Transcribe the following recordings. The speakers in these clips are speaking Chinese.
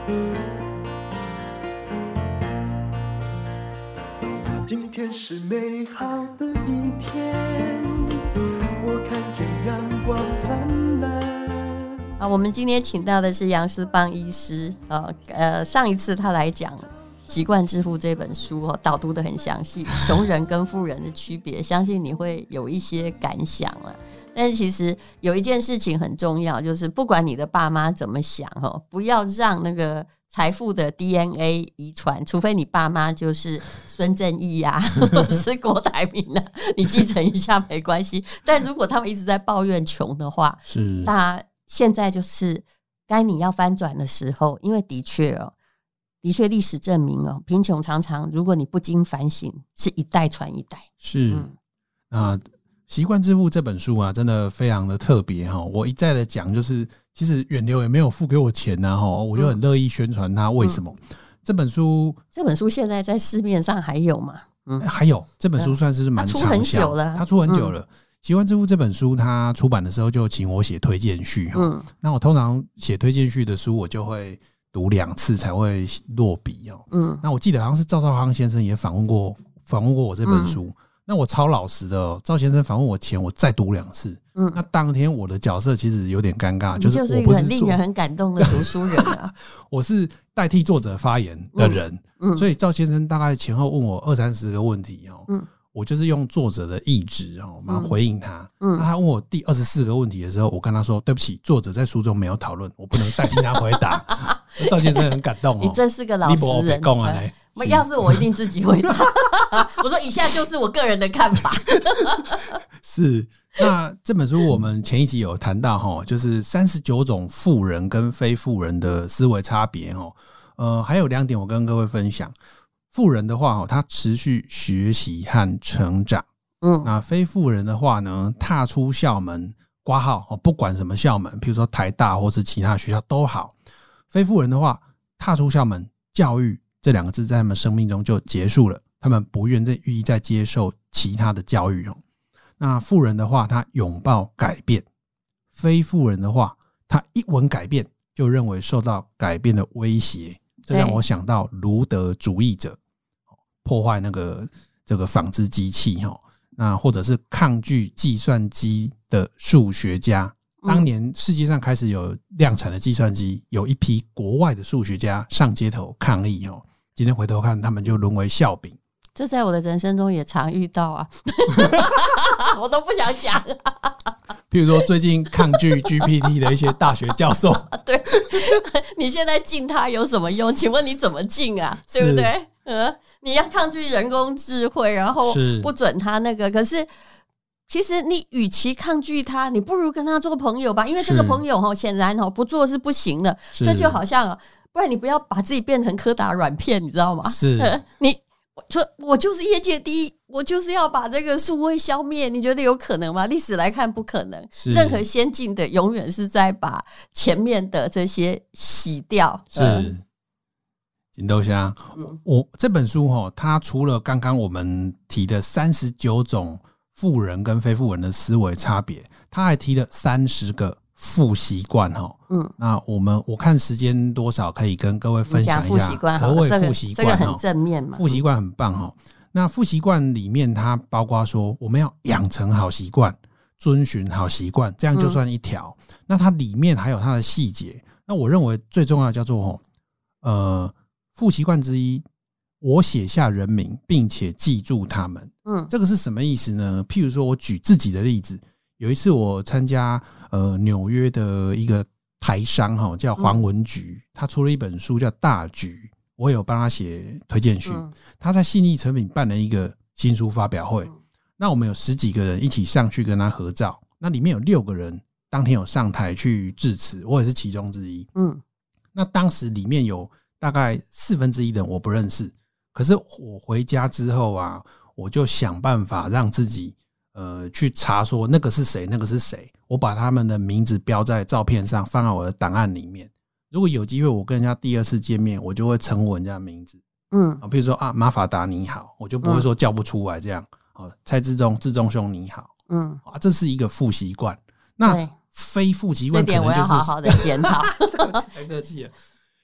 今天是美好的一天，我看见阳光灿烂。 我们今天请到的是杨思邦医师。上一次他来讲《习惯致富》这本书导读的很详细，穷人跟富人的区别，相信你会有一些感想了。但是其实有一件事情很重要，就是不管你的爸妈怎么想，不要让那个财富的 DNA 遗传，除非你爸妈就是孙正义啊或是郭台铭啊，你继承一下没关系。但如果他们一直在抱怨穷的话， 是那现在就是该你要翻转的时候。因为的确历史证明贫穷常常如果你不经反省，是一代传一代。 是习惯致富这本书啊，真的非常的特别。我一再的讲，就是其实远流也没有付给我钱啊，我就很乐意宣传它。为什么？这本书现在在市面上还有吗？ 还有，这本书算是蛮畅销， 它出很久了， 它出很久了。习惯致富这本书，它出版的时候就请我写推荐序。那我通常写推荐序的书，我就会读2次才会落笔。那我记得好像是赵少康先生也访问过我这本书。那我超老实的，赵先生访问我前，我再读2次。那当天我的角色其实有点尴尬，就是一个很令人很感动的读书人啊。 我是代替作者发言的人，所以赵先生大概前后问我20-30个问题。我就是用作者的意志马上回应他。那他问我第24个问题的时候，我跟他说对不起，作者在书中没有讨论，我不能代替他回答。赵先生很感动。 你真是个老实人。要是我一定自己回答。我说以下就是我个人的看法。 是。那这本书我们前一集有谈到就是39种富人跟非富人的思维差别。还有2点我跟各位分享。富人的话他持续学习和成长。那非富人的话呢，踏出校门括号不管什么校门，比如说台大或是其他学校都好。非富人的话，踏出校门，教育这2个字在他们生命中就结束了，他们不愿意再接受其他的教育。那富人的话，他拥抱改变；非富人的话，他一闻改变就认为受到改变的威胁。这让我想到卢德主义者破坏这个纺织机器，那或者是抗拒计算机的数学家。当年世界上开始有量产的计算机，有一批国外的数学家上街头抗议。今天回头看，他们就沦为笑柄。 这在我的人生中也常遇到啊。我都不想讲。 譬如说最近抗拒 GPT 的一些大学教授。 对，你现在禁它有什么用？请问你怎么禁啊？对不对？你要抗拒人工智慧，然后不准它那个，可是其实你与其抗拒他，你不如跟他做朋友吧。因为这个朋友显然不做是不行的。这就好像不然你不要把自己变成柯达软片，你知道吗？ 是你说我就是业界第一，我就是要把这个数位消灭，你觉得有可能吗？历史来看不可能。任何先进的永远是在把前面的这些洗掉。 是金豆香。我这本书它除了刚刚我们提的39种富人跟非富人的思维差别，他还提了30个富习惯。那我看时间多少，可以跟各位分享一下何谓富习惯。 这个很正面嘛。 富习惯很棒。那富习惯里面它包括说我们要养成好习惯，遵循好习惯，这样就算一条。那它里面还有它的细节。那我认为最重要的叫做富习惯之一，我写下人名并且记住他们。这个是什么意思呢？譬如说我举自己的例子，有一次我参加纽约的一个台商叫黄文菊，他出了一本书叫《大局》，我有帮他写推荐序。他在信义诚品办了一个新书发表会，那我们有10几个人一起上去跟他合照，那里面有6个人当天有上台去致辞，我也是其中之一。那当时里面有大概1/4的人我不认识，可是我回家之后啊，我就想办法让自己去查说那个是谁，那个是谁，我把他们的名字标在照片上，放在我的档案里面。如果有机会我跟人家第2次见面，我就会称呼人家的名字。比如说马法达你好，我就不会说叫不出来这样。蔡志忠兄你好。这是一个富习惯。那非富习惯可能就是这点我要好好的检讨。 太客气了。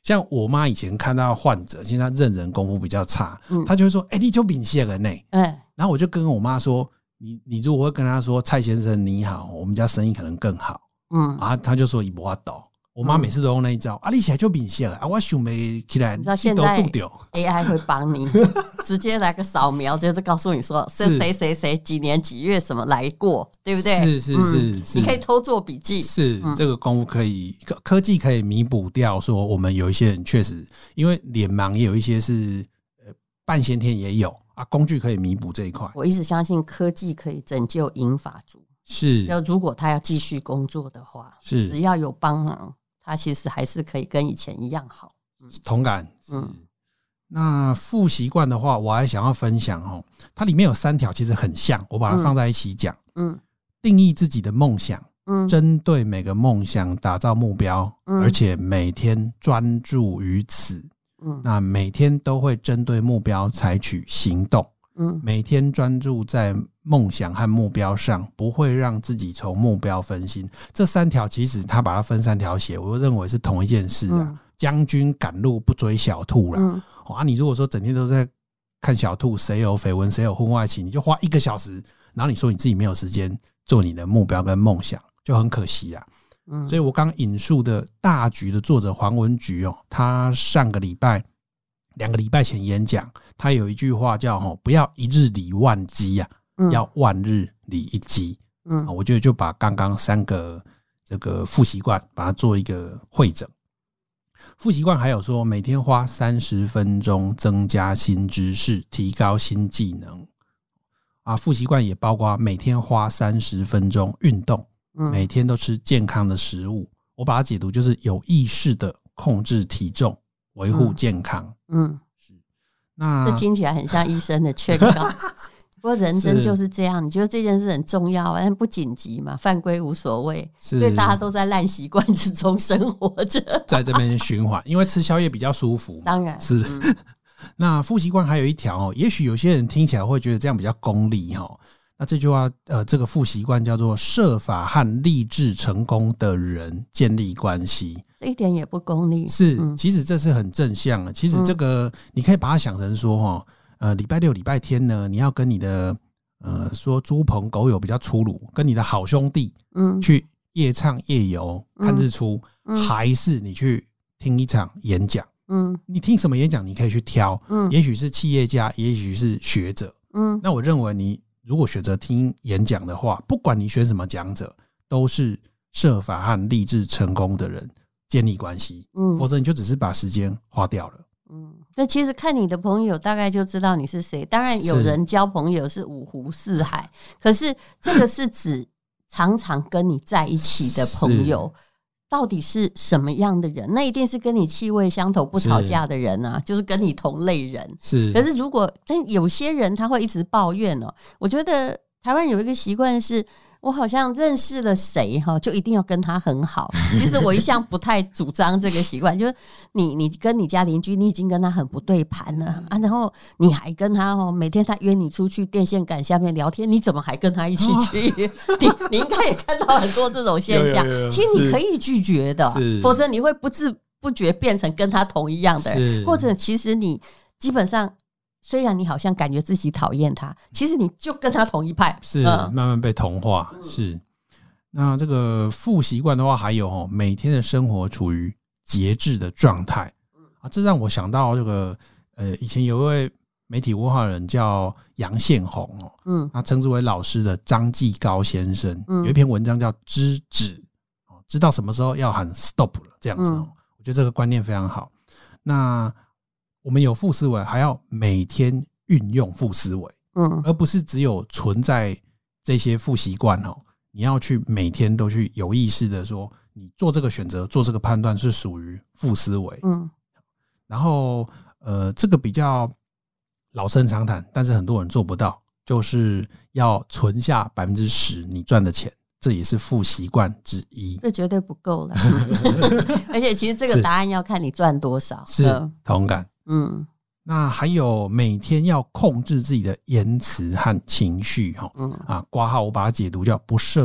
像我妈以前看到患者，其实她认人功夫比较差，她就会说：“你就秉谢人呢。”然后我就跟我妈说：“你如果会跟她说蔡先生你好，我们家生意可能更好。”她就说：“伊无法度。”我妈每次都用那一招你起来就秉谢了我想没起来， 你知道现在 AI 会帮你直接来个扫描，就是告诉你说是谁谁谁几年几月什么来过，对不对？ 是， 你可以偷做笔记。 是这个功夫可以，科技可以弥补掉。说我们有一些人确实因为脸盲，也有一些是半先天也有工具可以弥补这一块。 我一直相信科技可以拯救银发族， 是如果他要继续工作的话，是只要有帮忙。他其实还是可以跟以前一样好， 同感。那负习惯的话，我还想要分享它里面有3条，其实很像，我把它放在一起讲。定义自己的梦想，针对每个梦想打造目标，而且每天专注于此。那每天都会针对目标采取行动。每天专注在梦想和目标上，不会让自己从目标分心。这3条其实他把它分3条写，我认为是同一件事啊。将军赶路不追小兔啦。你如果说整天都在看小兔，谁有绯闻谁有婚外情，你就花1个小时，然后你说你自己没有时间做你的目标跟梦想，就很可惜啦。所以我刚引述的大局的作者黄文菊他上个礼拜2个礼拜前演讲，他有一句话叫不要一日理万机要万日理一机。我觉得就把刚刚3个这个负习惯把它做一个汇整。负习惯还有说每天花30分钟增加新知识，提高新技能。负习惯也包括每天花30分钟运动，每天都吃健康的食物。我把它解读就是有意识的控制体重，维护健康。那这听起来很像医生的劝告。不过人生就是这样，你觉得这件事很重要，但不紧急嘛，犯规无所谓，所以大家都在烂习惯之中生活着， 在这边循环，因为吃宵夜比较舒服。 当然是。那负习惯还有一条也许有些人听起来会觉得这样比较功利那这句话这个负习惯叫做设法和立志成功的人建立关系。 这一点也不功利， 是，其实这是很正向的。其实这个你可以把它想成说礼拜6礼拜天呢，你要跟你的说猪朋狗友比较粗鲁，跟你的好兄弟去夜唱夜游看日出，还是你去听一场演讲。你听什么演讲你可以去挑，也许是企业家，也许是学者。那我认为你如果选择听演讲的话，不管你选什么讲者，都是设法和立志成功的人建立关系，否则你就只是把时间花掉了。 那其实看你的朋友大概就知道你是谁。当然有人交朋友是五湖四海，可是这个是指常常跟你在一起的朋友到底是什么样的人？那一定是跟你气味相投不吵架的人啊，就是跟你同类人。可是如果但有些人他会一直抱怨我觉得台湾有一个习惯是，我好像认识了谁就一定要跟他很好。其实我一向不太主张这个习惯，就是你跟你家邻居，你已经跟他很不对盘了然后你还跟他每天他约你出去电线杆下面聊天，你怎么还跟他一起去？你应该也看到很多这种现象。其实你可以拒绝的，否则你会不知不觉变成跟他同一样的人，或者其实你基本上。虽然你好像感觉自己讨厌他，其实你就跟他同一派， 是慢慢被同化。是。那这个负习惯的话，还有每天的生活处于节制的状态这让我想到这个以前有一位媒体文化人叫杨宪宏他称之为老师的张继高先生有一篇文章叫知止，知道什么时候要喊 stop 了这样子我觉得这个观念非常好。那我们有负思维，还要每天运用负思维，而不是只有存在这些负习惯你要去每天都去有意识的说，你做这个选择、做这个判断是属于负思维。然后这个比较老生常谈，但是很多人做不到，就是要存下10%你赚的钱。这也是负习惯之一， 这绝对不够了。而且其实这个答案要看你赚多少， 是同感。那还有每天要控制自己的言辞和情绪括号我把它解读叫不摄入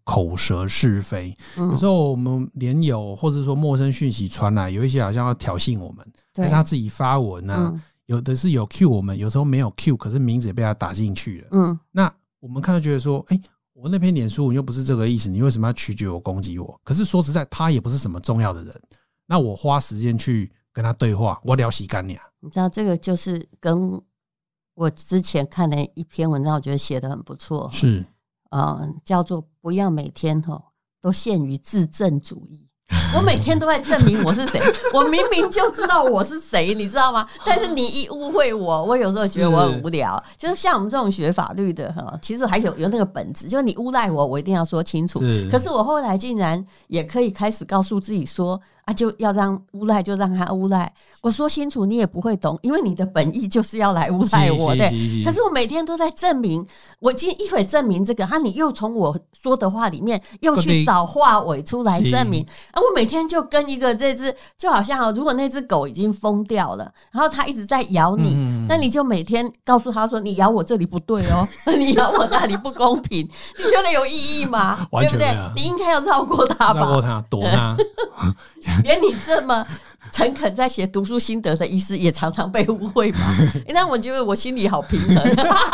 口舌是非。有时候我们连友或者说陌生讯息传来，有一些好像要挑衅我们，但是他自己发文啊，有的是有 Q 我们，有时候没有 Q， 可是名字也被他打进去了。那我们看到觉得说，我那篇脸书又不是这个意思，你为什么要曲解我攻击我？可是说实在，他也不是什么重要的人，那我花时间去跟他对话，我聊洗干净。 你知道这个就是跟我之前看的一篇文章，我觉得写得很不错， 是叫做不要每天都陷于自证主义。我每天都在证明我是谁，我明明就知道我是谁，你知道吗？但是你一误会我有时候觉得我很无聊。就是像我们这种学法律的其实还有那个本质，就是你诬赖我，我一定要说清楚。可是我后来竟然也可以开始告诉自己说就要让诬赖就让他诬赖，我说清楚你也不会懂，因为你的本意就是要来诬赖我的。可是我每天都在证明，我今天一会证明这个，你又从我说的话里面又去找话尾出来证明。我每天就跟一个这只，就好像如果那只狗已经疯掉了，然后它一直在咬你，那你就每天告诉他说你咬我这里不对哦，你咬我那里不公平，你觉得有意义吗？ 完全没有， 对不对？你应该要绕过它吧， 绕过它，躲它。 连你这么诚恳在写读书心得的医师也常常被误会嘛？但我觉得我心里好平衡。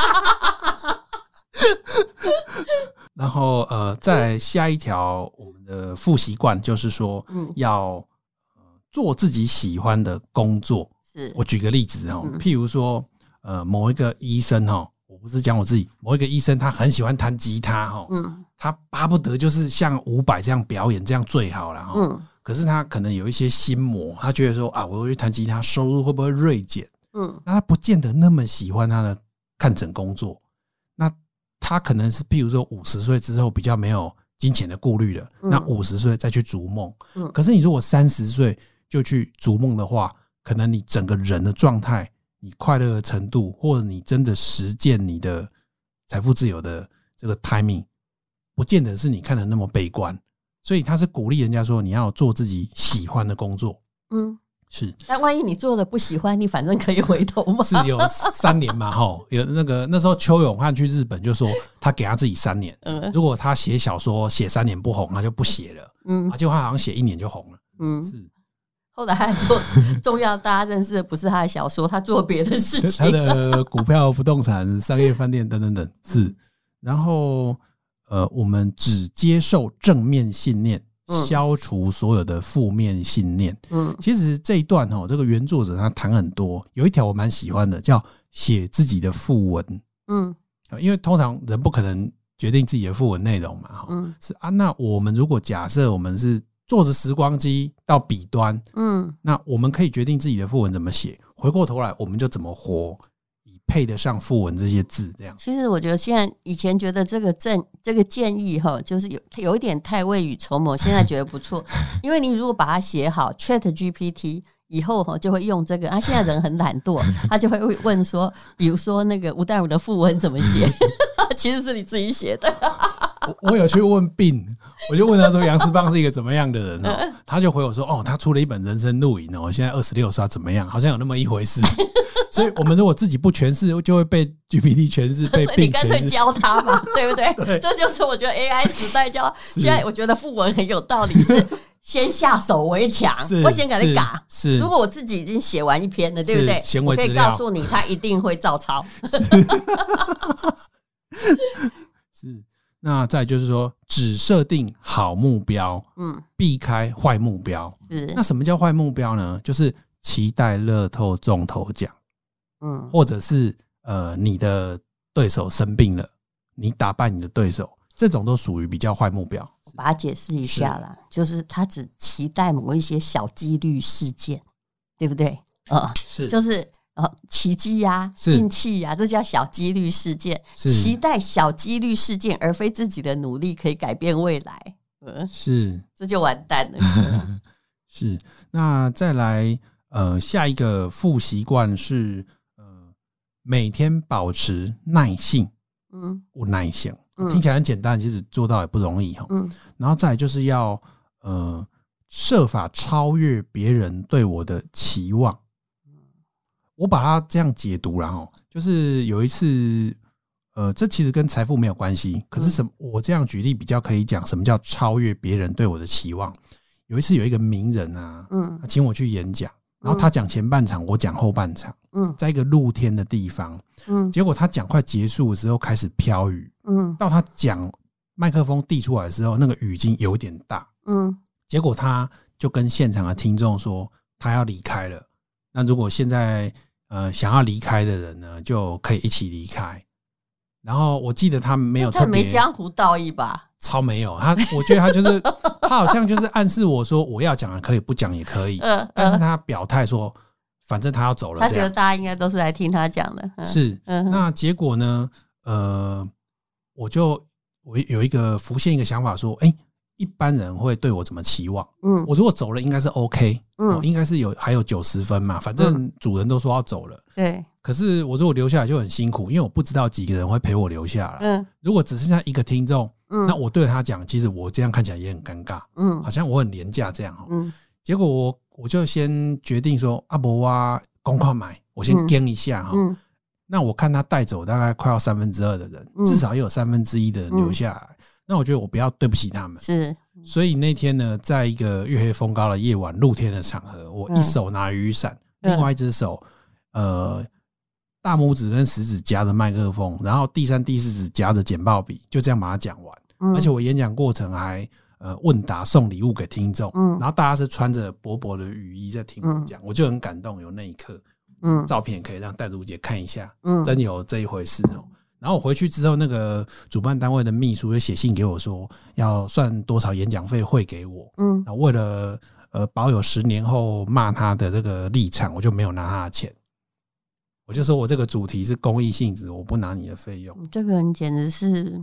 然后再来下一条我们的副习惯就是说要做自己喜欢的工作。是我举个例子譬如说某一个医生我不是讲我自己，某一个医生他很喜欢弹吉他他巴不得就是像伍佰这样表演，这样最好了可是他可能有一些心魔，他觉得说我去弹吉他收入会不会锐减？那他不见得那么喜欢他的看诊工作，那他可能是譬如说50岁之后比较没有金钱的顾虑了，那50岁再去逐梦。可是你如果30岁就去逐梦的话，可能你整个人的状态，你快乐的程度，或者你真的实践你的财富自由的这个 timing， 不见得是你看的那么悲观。所以他是鼓励人家说你要做自己喜欢的工作。是。但万一你做的不喜欢，你反正可以回头嘛。 是有3年嘛有那时候邱永汉去日本就说他给他自己3年，如果他写小说写3年不红，他就不写了。结果他好像写1年就红了。是。 后来他做重要大家认识的不是他的小说，他做别的事情， 他的股票、不动产、商业饭店等等等。是。然后我们只接受正面信念，消除所有的负面信念。其实这一段这个原作者他谈很多，有一条我蛮喜欢的，叫写自己的讣文。因为通常人不可能决定自己的讣文内容嘛。是那我们如果假设我们是坐着时光机到笔端，那我们可以决定自己的讣文怎么写，回过头来我们就怎么活，以配得上讣文这些字。这样， 其实我觉得以前觉得这个建议就是有一点太未雨绸缪，现在觉得不错。因为你如果把它写好 ，ChatGPT 以后就会用这个。现在人很懒惰，他就会问说，比如说那个吴淡如的讣文怎么写，其实是你自己写的。 我有去问病，我就问他说杨思邦是一个怎么样的人他就回我说他出了一本人生录影现在26岁怎么样，好像有那么一回事。所以我们如果自己不诠释，就会被 GPT 诠释，被病诠释。所以你干脆教他嘛，对不对？对， 这就是我觉得 AI 时代现在我觉得讣文很有道理，是先下手为强，我先给他嘎。是，如果我自己已经写完一篇了，对不对？我可以告诉你，他一定会照抄。 是。那再就是说，只设定好目标，避开坏目标。是。那什么叫坏目标呢？就是期待乐透中头奖，或者是你的对手生病了，你打败你的对手，这种都属于比较坏目标。 我把它解释一下啦，就是他只期待某一些小几率事件，对不对？是，就是奇迹啊，运气啊，这叫小几率事件。期待小几率事件，而非自己的努力可以改变未来。是，这就完蛋了。 是。那再来下一个副习惯是每天保持耐性。无耐性听起来很简单，其实做到也不容易。然后再来就是要设法超越别人对我的期望。我把它这样解读啦，就是有一次这其实跟财富没有关系，可是我这样举例比较可以讲什么叫超越别人对我的期望。有一次有一个名人啊，他请我去演讲，然后他讲前半场，我讲后半场，在一个露天的地方，结果他讲快结束的时候开始飘雨，到他讲麦克风递出来的时候，那个雨已经有点大，结果他就跟现场的听众说他要离开了。那如果现在想要离开的人呢，就可以一起离开。然后我记得他没有特别， 他没江湖道义吧？ 超没有，我觉得他就是他好像就是暗示我说我要讲的可以，不讲也可以，但是他表态说反正他要走了， 他觉得大家应该都是来听他讲的。 是，那结果呢？我有一个浮现一个想法说，一般人会对我怎么期望？我如果走了应该是 OK，应该是还有90分嘛，反正主人都说要走了，对。可是我如果留下来就很辛苦，因为我不知道几个人会陪我留下来。如果只剩下一个听众，那我对他讲，其实我这样看起来也很尴尬，好像我很廉价这样。结果我就先决定说，不我公款买，我先跟一下哈。那我看他带走大概快要2/3的人，至少也有1/3的人留下来。那我觉得我不要对不起他们，是。所以那天呢，在一个月黑风高的夜晚，露天的场合，我一手拿雨伞，另外一只手大拇指跟食指夹着麦克风，然后第3、第4指夹着简报笔，就这样把它讲完。而且我演讲过程还问答送礼物给听众，然后大家是穿着薄薄的雨衣在听我讲，我就很感动。有那一刻，照片可以让戴茹姐看一下，真有这一回事哦。然后我回去之后，那个主办单位的秘书就写信给我说，要算多少演讲费汇给我。为了保有10年后骂他的这个立场，我就没有拿他的钱。我就说我这个主题是公益性质，我不拿你的费用。 这个人简直是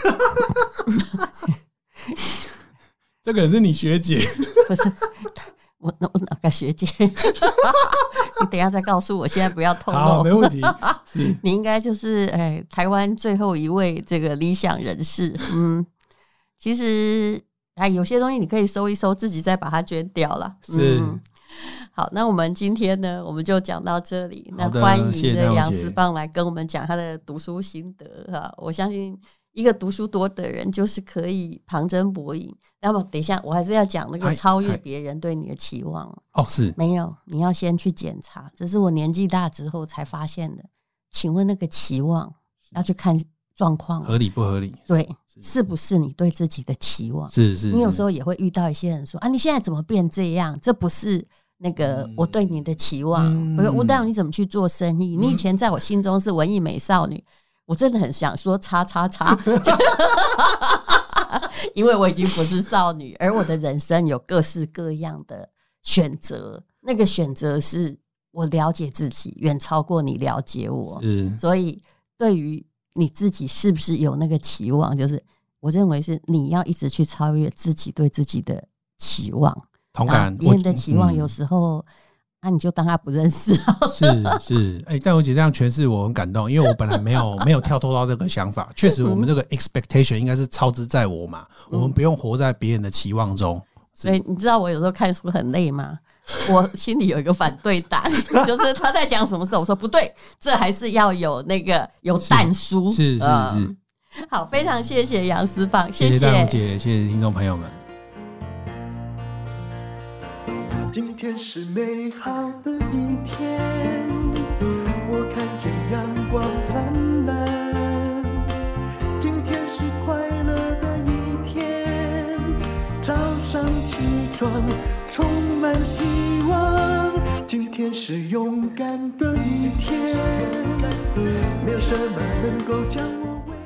这个人是你学姐？ 不是我哪个学姐？你等一下再告诉我，现在不要透露。 好，没问题。 你应该就是台湾最后一位这个理想人士。其实有些东西你可以收一收，自己再把它捐掉了。是。好，那我们今天呢，我们就讲到这里。那欢迎的杨思棒来跟我们讲他的读书心得哈。我相信一个读书多的人，就是可以旁征博引。那么等一下，我还是要讲那个超越别人对你的期望。 是没有，你要先去检查，这是我年纪大之后才发现的。请问那个期望要去看状况， 合理不合理？对， 是不是你对自己的期望？ 是。 你有时候也会遇到一些人说你现在怎么变这样？这不是那个我对你的期望。我说吴淡如你怎么去做生意？你以前在我心中是文艺美少女，我真的很想说叉叉叉，因为我已经不是少女，而我的人生有各式各样的选择。那个选择是我了解自己远超过你了解我，所以对于你自己是不是有那个期望，就是我认为是你要一直去超越自己对自己的期望。 同感， 别人的期望有时候你就当他不认识。 是，但我姐这样诠释我很感动，因为我本来没有跳脱到这个想法。确实，我们这个 expectation 应该是超之在我嘛，我们不用活在别人的期望中。 所以你知道我有时候看书很累吗？我心里有一个反对党，就是他在讲什么时候，我说不对，这还是要有那个有但书。 是。 好，非常谢谢杨思棒， 谢谢戴茹姐，谢谢听众朋友们。 今天是美好的一天，我看见阳光灿烂。今天是快乐的一天，早上起床充满希望。今天是勇敢的一天，没有什么能够将我